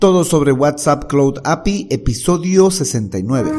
Todo sobre WhatsApp Cloud API, episodio 69.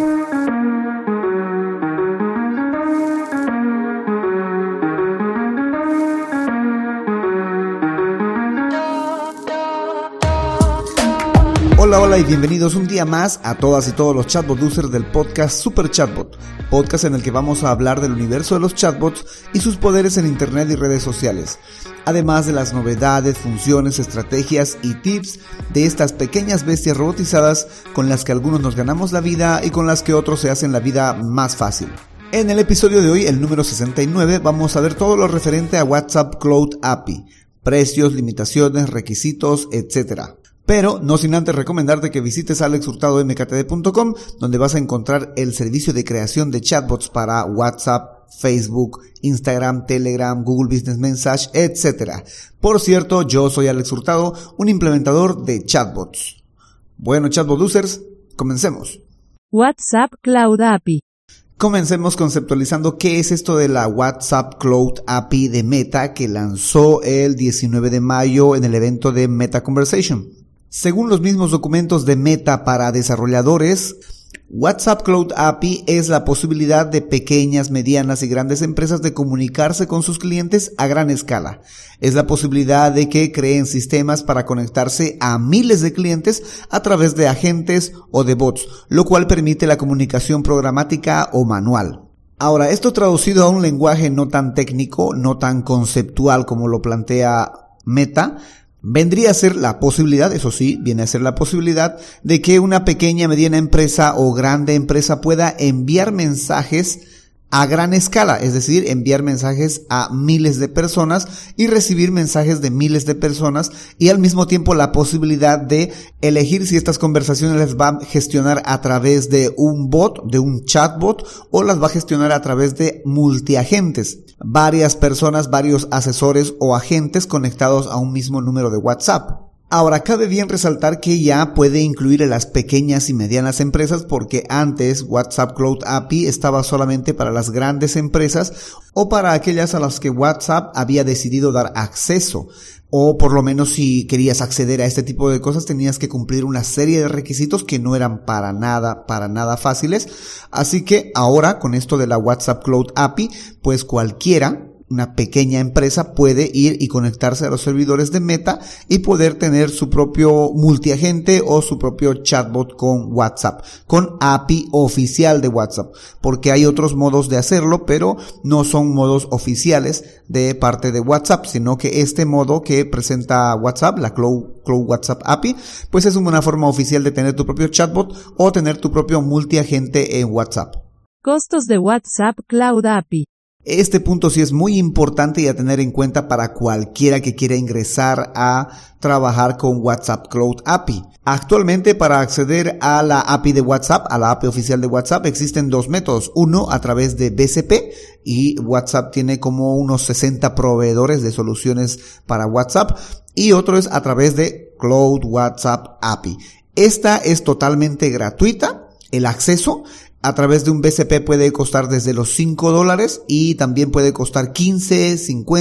Hola y bienvenidos un día más a todas y todos los chatbot users del podcast Super Chatbot, podcast en el que vamos a hablar del universo de los chatbots y sus poderes en internet y redes sociales, además de las novedades, funciones, estrategias y tips de estas pequeñas bestias robotizadas con las que algunos nos ganamos la vida y con las que otros se hacen la vida más fácil. En el episodio de hoy, el número 69, vamos a ver todo lo referente a WhatsApp Cloud API, precios, limitaciones, requisitos, etc. Pero no sin antes recomendarte que visites alexhurtadomktd.com, donde vas a encontrar el servicio de creación de chatbots para WhatsApp, Facebook, Instagram, Telegram, Google Business Message, etc. Por cierto, yo soy Alex Hurtado, un implementador de chatbots. Bueno, chatbot users, comencemos. WhatsApp Cloud API. Comencemos conceptualizando qué es esto de la WhatsApp Cloud API de Meta que lanzó el 19 de mayo en el evento de Meta Conversation. Según los mismos documentos de Meta para desarrolladores, WhatsApp Cloud API es la posibilidad de pequeñas, medianas y grandes empresas de comunicarse con sus clientes a gran escala. Es la posibilidad de que creen sistemas para conectarse a miles de clientes a través de agentes o de bots, lo cual permite la comunicación programática o manual. Ahora, esto traducido a un lenguaje no tan técnico, no tan conceptual como lo plantea Meta, vendría a ser la posibilidad, eso sí, viene a ser la posibilidad de que una pequeña, mediana empresa o grande empresa pueda enviar mensajes a gran escala, es decir, enviar mensajes a miles de personas y recibir mensajes de miles de personas y al mismo tiempo la posibilidad de elegir si estas conversaciones las va a gestionar a través de un bot, de un chatbot o las va a gestionar a través de multiagentes, varias personas, varios asesores o agentes conectados a un mismo número de WhatsApp. Ahora, cabe bien resaltar que ya puede incluir a las pequeñas y medianas empresas porque antes WhatsApp Cloud API estaba solamente para las grandes empresas o para aquellas a las que WhatsApp había decidido dar acceso. O por lo menos si querías acceder a este tipo de cosas tenías que cumplir una serie de requisitos que no eran para nada fáciles. Así que ahora con esto de la WhatsApp Cloud API, pues cualquiera, una pequeña empresa puede ir y conectarse a los servidores de Meta y poder tener su propio multiagente o su propio chatbot con WhatsApp, con API oficial de WhatsApp, porque hay otros modos de hacerlo, pero no son modos oficiales de parte de WhatsApp, sino que este modo que presenta WhatsApp, la Cloud WhatsApp API, pues es una forma oficial de tener tu propio chatbot o tener tu propio multiagente en WhatsApp. Costos de WhatsApp Cloud API. Este punto sí es muy importante y a tener en cuenta para cualquiera que quiera ingresar a trabajar con WhatsApp Cloud API. Actualmente para acceder a la API de WhatsApp, a la API oficial de WhatsApp, existen dos métodos. Uno a través de BCP y WhatsApp tiene como unos 60 proveedores de soluciones para WhatsApp y otro es a través de Cloud WhatsApp API. Esta es totalmente gratuita, el acceso. A través de un BCP puede costar desde los $5 y también puede costar 15,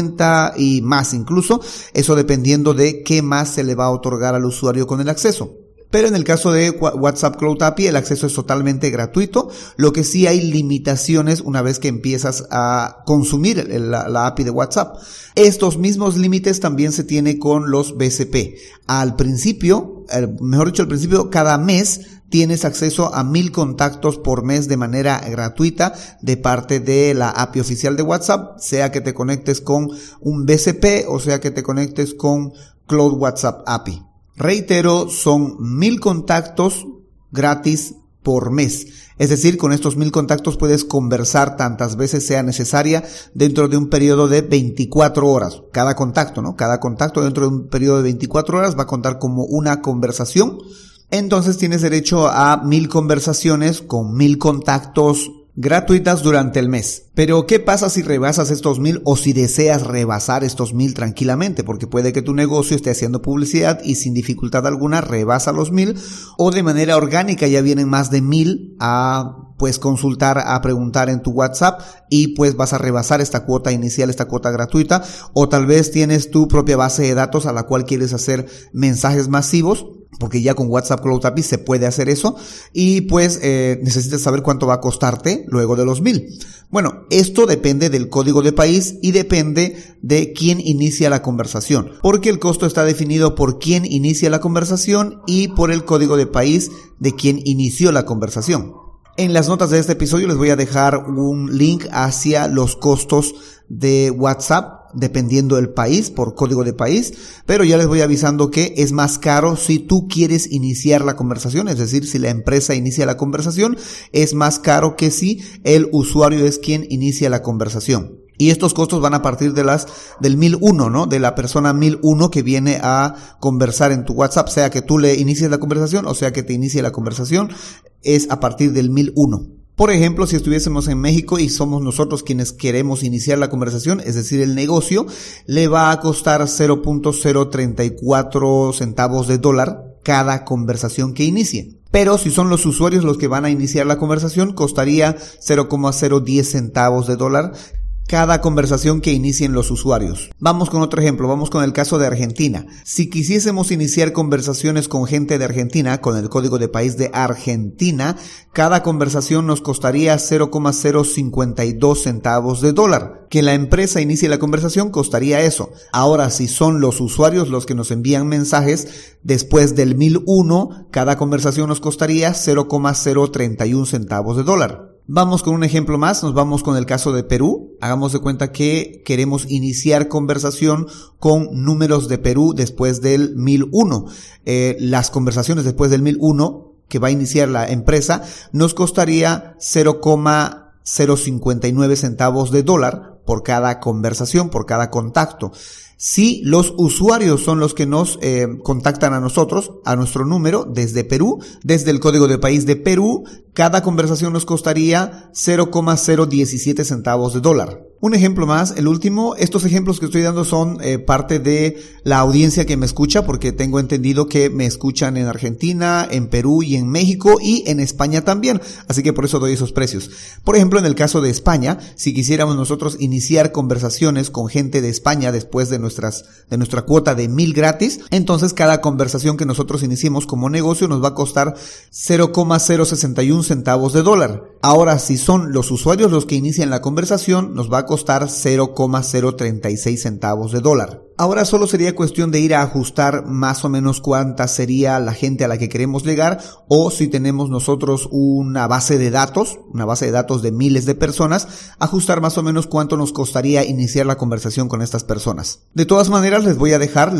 50 y más incluso, eso dependiendo de qué más se le va a otorgar al usuario con el acceso. Pero en el caso de WhatsApp Cloud API el acceso es totalmente gratuito, lo que sí hay limitaciones una vez que empiezas a consumir la API de WhatsApp. Estos mismos límites también se tiene con los BCP. Al principio, cada mes tienes acceso a 1000 contactos por mes de manera gratuita de parte de la API oficial de WhatsApp, sea que te conectes con un BCP o sea que te conectes con Cloud WhatsApp API. Reitero, son 1000 contactos gratis por mes. Es decir, con estos 1000 contactos puedes conversar tantas veces sea necesaria dentro de un periodo de 24 horas. Cada contacto, ¿no? Cada contacto dentro de un periodo de 24 horas va a contar como una conversación. Entonces tienes derecho a 1000 conversaciones con 1000 contactos gratuitas durante el mes. Pero ¿qué pasa si rebasas estos 1000 o si deseas rebasar estos 1000 tranquilamente? Porque puede que tu negocio esté haciendo publicidad y sin dificultad alguna rebasa los 1000 o de manera orgánica ya vienen más de 1000 a consultar, a preguntar en tu WhatsApp y pues vas a rebasar esta cuota inicial, esta cuota gratuita, o tal vez tienes tu propia base de datos a la cual quieres hacer mensajes masivos porque ya con WhatsApp Cloud API se puede hacer eso, y pues necesitas saber cuánto va a costarte luego de los 1000. Bueno, esto depende del código de país y depende de quién inicia la conversación, porque el costo está definido por quién inicia la conversación y por el código de país de quien inició la conversación. En las notas de este episodio les voy a dejar un link hacia los costos de WhatsApp dependiendo del país, por código de país, pero ya les voy avisando que es más caro si tú quieres iniciar la conversación, es decir, si la empresa inicia la conversación, es más caro que si el usuario es quien inicia la conversación. Y estos costos van a partir del 1001, ¿no? De la persona 1001 que viene a conversar en tu WhatsApp, sea que tú le inicies la conversación o sea que te inicie la conversación, es a partir del 1001. Por ejemplo, si estuviésemos en México y somos nosotros quienes queremos iniciar la conversación, es decir, el negocio, le va a costar 0.034 centavos de dólar cada conversación que inicie. Pero si son los usuarios los que van a iniciar la conversación, costaría 0.010 centavos de dólar cada conversación que inicien los usuarios. Vamos con otro ejemplo, vamos con el caso de Argentina. Si quisiésemos iniciar conversaciones con gente de Argentina, con el código de país de Argentina, cada conversación nos costaría 0.052 centavos de dólar. Que la empresa inicie la conversación costaría eso. Ahora, si son los usuarios los que nos envían mensajes, después del 1001, cada conversación nos costaría 0.031 centavos de dólar. Vamos con un ejemplo más, nos vamos con el caso de Perú. Hagamos de cuenta que queremos iniciar conversación con números de Perú después del 1001. Las conversaciones después del 1001 que va a iniciar la empresa nos costaría 0.059 centavos de dólar por cada conversación, por cada contacto. Si los usuarios son los que nos contactan a nosotros, a nuestro número, desde Perú, desde el código de país de Perú, cada conversación nos costaría 0.017 centavos de dólar. Un ejemplo más, el último, estos ejemplos que estoy dando son parte de la audiencia que me escucha, porque tengo entendido que me escuchan en Argentina, en Perú y en México y en España también, así que por eso doy esos precios. Por ejemplo, en el caso de España, si quisiéramos nosotros iniciar conversaciones con gente de España después de nuestra cuota de 1000 gratis, entonces cada conversación que nosotros iniciemos como negocio nos va a costar 0.061 centavos de dólar. Ahora, si son los usuarios los que inician la conversación, nos va a costar 0.036 centavos de dólar. Ahora solo sería cuestión de ir a ajustar más o menos cuánta sería la gente a la que queremos llegar, o si tenemos nosotros una base de datos de miles de personas, ajustar más o menos cuánto nos costaría iniciar la conversación con estas personas. De todas maneras, les voy a dejar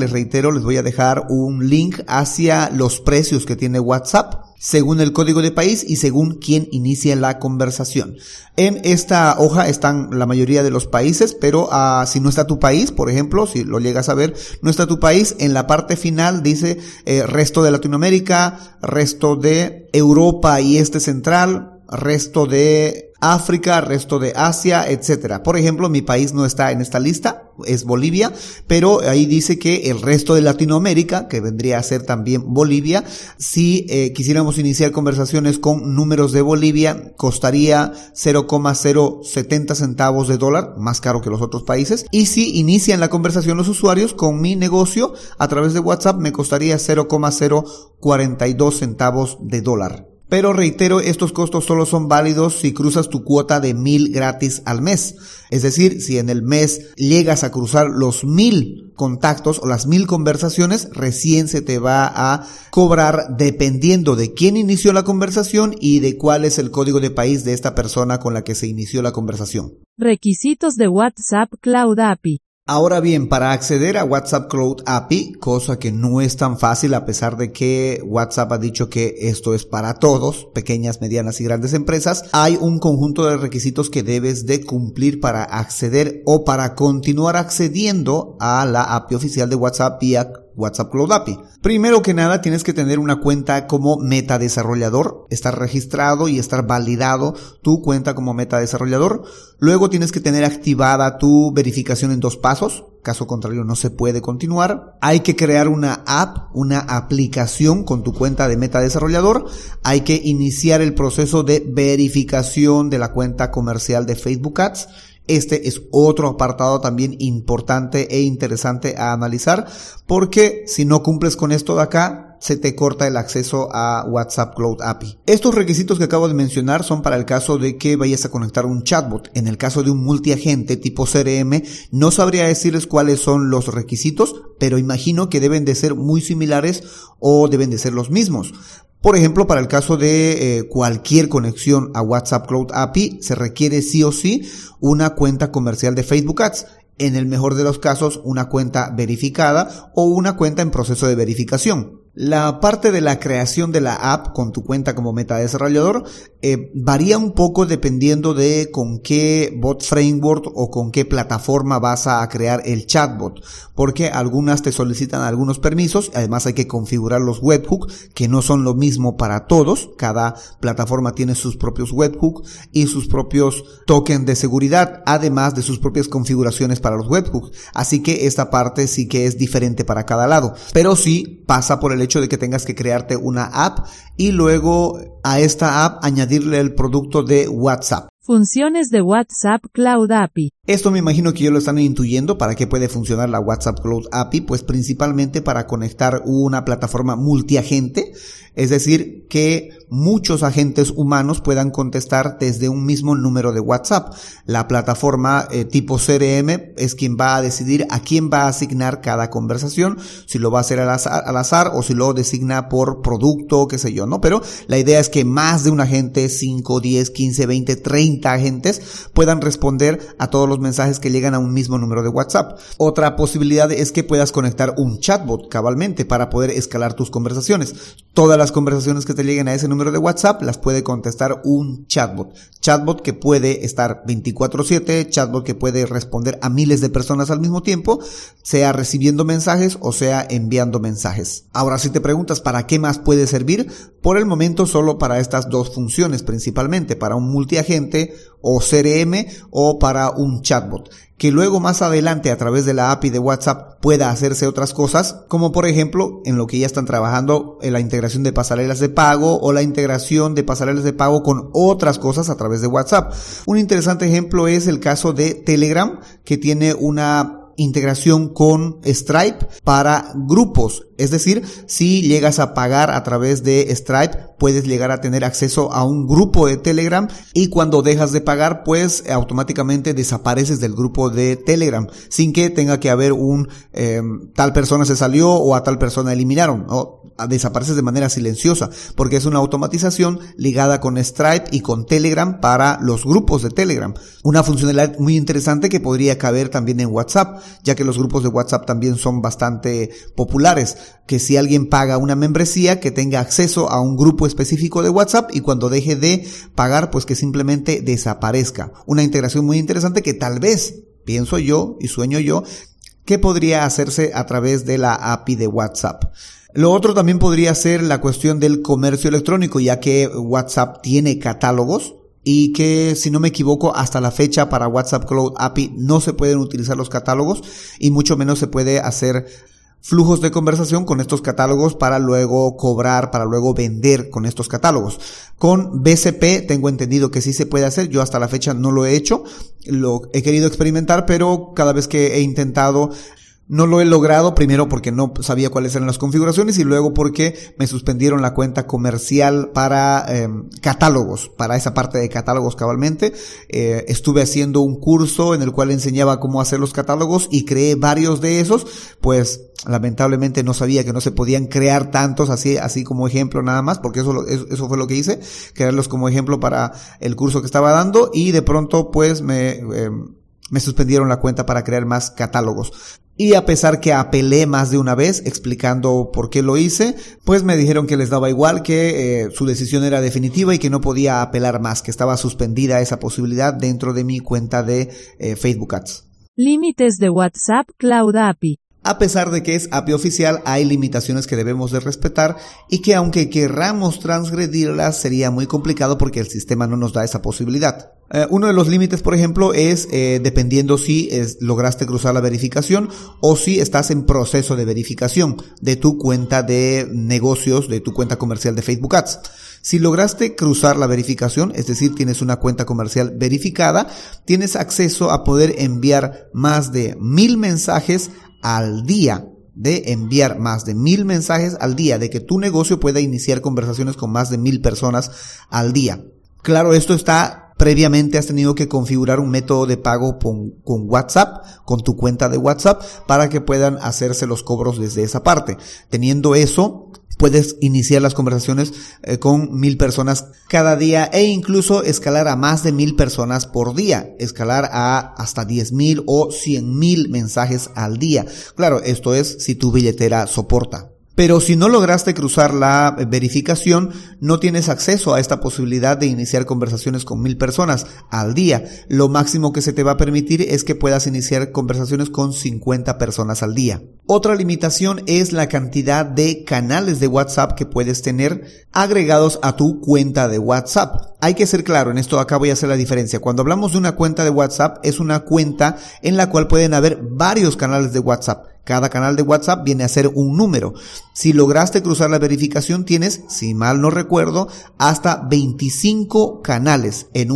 un link hacia los precios que tiene WhatsApp, según el código de país y según quién inicia la conversación. En esta hoja están la mayoría de los países, pero si no está tu país, por ejemplo, si lo llegas a ver, no está tu país, en la parte final dice resto de Latinoamérica, resto de Europa y este central, resto de África, resto de Asia, etcétera. Por ejemplo, mi país no está en esta lista, es Bolivia, pero ahí dice que el resto de Latinoamérica, que vendría a ser también Bolivia, si quisiéramos iniciar conversaciones con números de Bolivia, costaría 0.070 centavos de dólar, más caro que los otros países, y si inician la conversación los usuarios con mi negocio a través de WhatsApp, me costaría 0.042 centavos de dólar. Pero reitero, estos costos solo son válidos si cruzas tu cuota de 1000 gratis al mes. Es decir, si en el mes llegas a cruzar los 1000 contactos o las 1000 conversaciones, recién se te va a cobrar dependiendo de quién inició la conversación y de cuál es el código de país de esta persona con la que se inició la conversación. Requisitos de WhatsApp Cloud API. Ahora bien, para acceder a WhatsApp Cloud API, cosa que no es tan fácil a pesar de que WhatsApp ha dicho que esto es para todos, pequeñas, medianas y grandes empresas, hay un conjunto de requisitos que debes de cumplir para acceder o para continuar accediendo a la API oficial de WhatsApp vía WhatsApp Cloud API. Primero que nada, tienes que tener una cuenta como metadesarrollador, estar registrado y estar validado tu cuenta como metadesarrollador. Luego tienes que tener activada tu verificación en 2 pasos, caso contrario no se puede continuar. Hay que crear una app, una aplicación con tu cuenta de metadesarrollador. Hay que iniciar el proceso de verificación de la cuenta comercial de Facebook Ads. Este es otro apartado también importante e interesante a analizar, porque si no cumples con esto de acá, se te corta el acceso a WhatsApp Cloud API. Estos requisitos que acabo de mencionar son para el caso de que vayas a conectar un chatbot. En el caso de un multiagente tipo CRM, no sabría decirles cuáles son los requisitos, pero imagino que deben de ser muy similares o deben de ser los mismos. Por ejemplo, para el caso de cualquier conexión a WhatsApp Cloud API, se requiere sí o sí una cuenta comercial de Facebook Ads. En el mejor de los casos, una cuenta verificada o una cuenta en proceso de verificación. La parte de la creación de la app con tu cuenta como metadesarrollador varía un poco dependiendo de con qué bot framework o con qué plataforma vas a crear el chatbot, porque algunas te solicitan algunos permisos, además hay que configurar los webhooks que no son lo mismo para todos, cada plataforma tiene sus propios webhooks y sus propios tokens de seguridad, además de sus propias configuraciones para los webhooks, así que esta parte sí que es diferente para cada lado, pero sí pasa por el hecho de que tengas que crearte una app y luego a esta app añadirle el producto de WhatsApp. Funciones de WhatsApp Cloud API. Esto me imagino que ya lo están intuyendo para qué puede funcionar la WhatsApp Cloud API, pues principalmente para conectar una plataforma multiagente, es decir, que muchos agentes humanos puedan contestar desde un mismo número de WhatsApp. La plataforma tipo CRM es quien va a decidir a quién va a asignar cada conversación, si lo va a hacer al azar o si lo designa por producto, qué sé yo, ¿no? Pero la idea es que más de un agente, 5, 10, 15, 20, 30 agentes puedan responder a todos los mensajes que llegan a un mismo número de WhatsApp. Otra posibilidad es que puedas conectar un chatbot cabalmente para poder escalar tus conversaciones. Todas las conversaciones que te lleguen a ese número de WhatsApp las puede contestar un chatbot. Chatbot que puede estar 24/7, chatbot que puede responder a miles de personas al mismo tiempo, sea recibiendo mensajes o sea enviando mensajes. Ahora, si te preguntas para qué más puede servir, por el momento solo para estas dos funciones principalmente, para un multiagente o CRM o para un chatbot, que luego más adelante a través de la API de WhatsApp pueda hacerse otras cosas, como por ejemplo en lo que ya están trabajando en la integración de pasarelas de pago o la integración de pasarelas de pago con otras cosas a través de WhatsApp. Un interesante ejemplo es el caso de Telegram, que tiene una integración con Stripe para grupos, es decir, si llegas a pagar a través de Stripe puedes llegar a tener acceso a un grupo de Telegram y cuando dejas de pagar pues automáticamente desapareces del grupo de Telegram sin que tenga que haber un tal persona se salió o a tal persona eliminaron, ¿no? Desapareces de manera silenciosa porque es una automatización ligada con Stripe y con Telegram para los grupos de Telegram. Una funcionalidad muy interesante que podría caber también en WhatsApp, ya que los grupos de WhatsApp también son bastante populares, que si alguien paga una membresía que tenga acceso a un grupo específico de WhatsApp y cuando deje de pagar pues que simplemente desaparezca. Una integración muy interesante que tal vez, pienso yo y sueño yo, que podría hacerse a través de la API de WhatsApp. Lo otro también podría ser la cuestión del comercio electrónico, ya que WhatsApp tiene catálogos y que, si no me equivoco, hasta la fecha para WhatsApp Cloud API no se pueden utilizar los catálogos y mucho menos se puede hacer flujos de conversación con estos catálogos para luego cobrar, para luego vender con estos catálogos. Con BCP tengo entendido que sí se puede hacer, yo hasta la fecha no lo he hecho, lo he querido experimentar, pero cada vez que he intentado no lo he logrado, primero porque no sabía cuáles eran las configuraciones y luego porque me suspendieron la cuenta comercial para catálogos, para esa parte de catálogos cabalmente. Estuve haciendo un curso en el cual enseñaba cómo hacer los catálogos y creé varios de esos, pues lamentablemente no sabía que no se podían crear tantos así como ejemplo nada más, porque eso fue lo que hice, crearlos como ejemplo para el curso que estaba dando y de pronto pues me suspendieron la cuenta para crear más catálogos. Y a pesar que apelé más de una vez explicando por qué lo hice, pues me dijeron que les daba igual, que su decisión era definitiva y que no podía apelar más, que estaba suspendida esa posibilidad dentro de mi cuenta de Facebook Ads. Límites de WhatsApp Cloud API. A pesar de que es API oficial, hay limitaciones que debemos de respetar y que aunque querramos transgredirlas sería muy complicado porque el sistema no nos da esa posibilidad. Uno de los límites, por ejemplo, es dependiendo si lograste cruzar la verificación o si estás en proceso de verificación de tu cuenta de negocios, de tu cuenta comercial de Facebook Ads. Si lograste cruzar la verificación, es decir, tienes una cuenta comercial verificada, tienes acceso a poder enviar más de 1000 mensajes al día. de enviar más de 1000 mensajes al día, de que tu negocio pueda iniciar conversaciones con más de 1000 personas al día. Claro, esto está previamente, has tenido que configurar un método de pago con WhatsApp, con tu cuenta de WhatsApp, para que puedan hacerse los cobros desde esa parte. Teniendo eso, puedes iniciar las conversaciones con 1000 personas cada día e incluso escalar a más de 1000 personas por día, escalar a hasta 10,000 o 100,000 mensajes al día. Claro, esto es si tu billetera soporta. Pero si no lograste cruzar la verificación, no tienes acceso a esta posibilidad de iniciar conversaciones con 1000 personas al día. Lo máximo que se te va a permitir es que puedas iniciar conversaciones con 50 personas al día. Otra limitación es la cantidad de canales de WhatsApp que puedes tener agregados a tu cuenta de WhatsApp. Hay que ser claro, en esto acá voy a hacer la diferencia. Cuando hablamos de una cuenta de WhatsApp, es una cuenta en la cual pueden haber varios canales de WhatsApp. Cada canal de WhatsApp viene a ser un número. Si lograste cruzar la verificación, tienes, si mal no recuerdo, hasta 25 canales en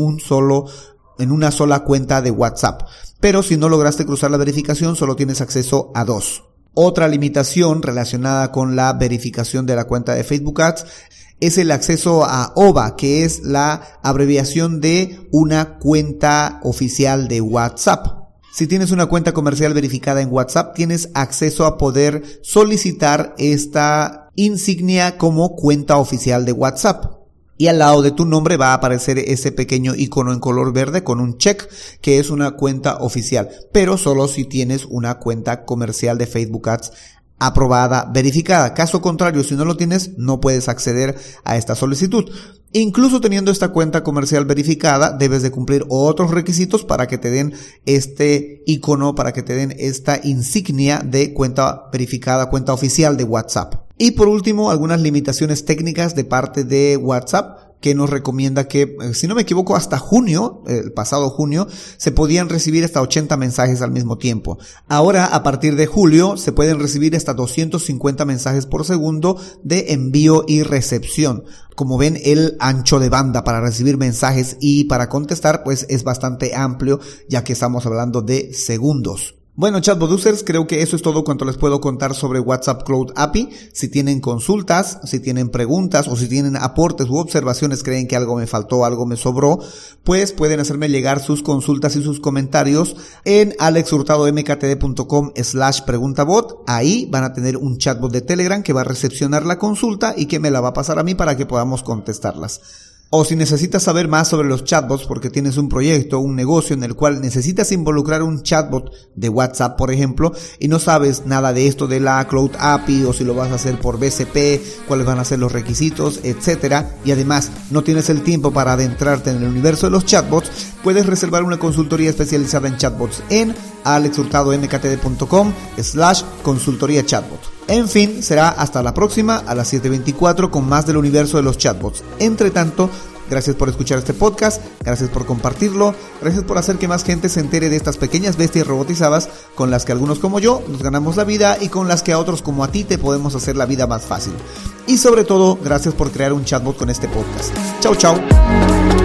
una sola cuenta de WhatsApp. Pero si no lograste cruzar la verificación, solo tienes acceso a 2. Otra limitación relacionada con la verificación de la cuenta de Facebook Ads es el acceso a OVA, que es la abreviación de una cuenta oficial de WhatsApp. Si tienes una cuenta comercial verificada en WhatsApp, tienes acceso a poder solicitar esta insignia como cuenta oficial de WhatsApp. Y al lado de tu nombre va a aparecer ese pequeño icono en color verde con un check, que es una cuenta oficial, pero solo si tienes una cuenta comercial de Facebook Ads aprobada, verificada. Caso contrario, si no lo tienes, no puedes acceder a esta solicitud. Incluso teniendo esta cuenta comercial verificada, debes de cumplir otros requisitos para que te den este icono, para que te den esta insignia de cuenta verificada, cuenta oficial de WhatsApp. Y por último, algunas limitaciones técnicas de parte de WhatsApp, que nos recomienda que, si no me equivoco, hasta junio, el pasado junio, se podían recibir hasta 80 mensajes al mismo tiempo. Ahora, a partir de julio, se pueden recibir hasta 250 mensajes por segundo de envío y recepción. Como ven, el ancho de banda para recibir mensajes y para contestar, pues es bastante amplio, ya que estamos hablando de segundos. Bueno, chatbot users, creo que eso es todo cuanto les puedo contar sobre WhatsApp Cloud API. Si tienen consultas, si tienen preguntas o si tienen aportes u observaciones, creen que algo me faltó, algo me sobró, pues pueden hacerme llegar sus consultas y sus comentarios en alexhurtadomktd.com/preguntabot. Ahí van a tener un chatbot de Telegram que va a recepcionar la consulta y que me la va a pasar a mí para que podamos contestarlas. O si necesitas saber más sobre los chatbots porque tienes un proyecto, un negocio en el cual necesitas involucrar un chatbot de WhatsApp, por ejemplo, y no sabes nada de esto de la Cloud API o si lo vas a hacer por BCP, cuáles van a ser los requisitos, etcétera, y además no tienes el tiempo para adentrarte en el universo de los chatbots, puedes reservar una consultoría especializada en chatbots en alexhurtadomktd.com/consultoría chatbot. En fin, será hasta la próxima a las 7:24 con más del universo de los chatbots. Entre tanto, gracias por escuchar este podcast, gracias por compartirlo, gracias por hacer que más gente se entere de estas pequeñas bestias robotizadas con las que algunos como yo nos ganamos la vida y con las que a otros como a ti te podemos hacer la vida más fácil. Y sobre todo, gracias por crear un chatbot con este podcast. Chau, chau.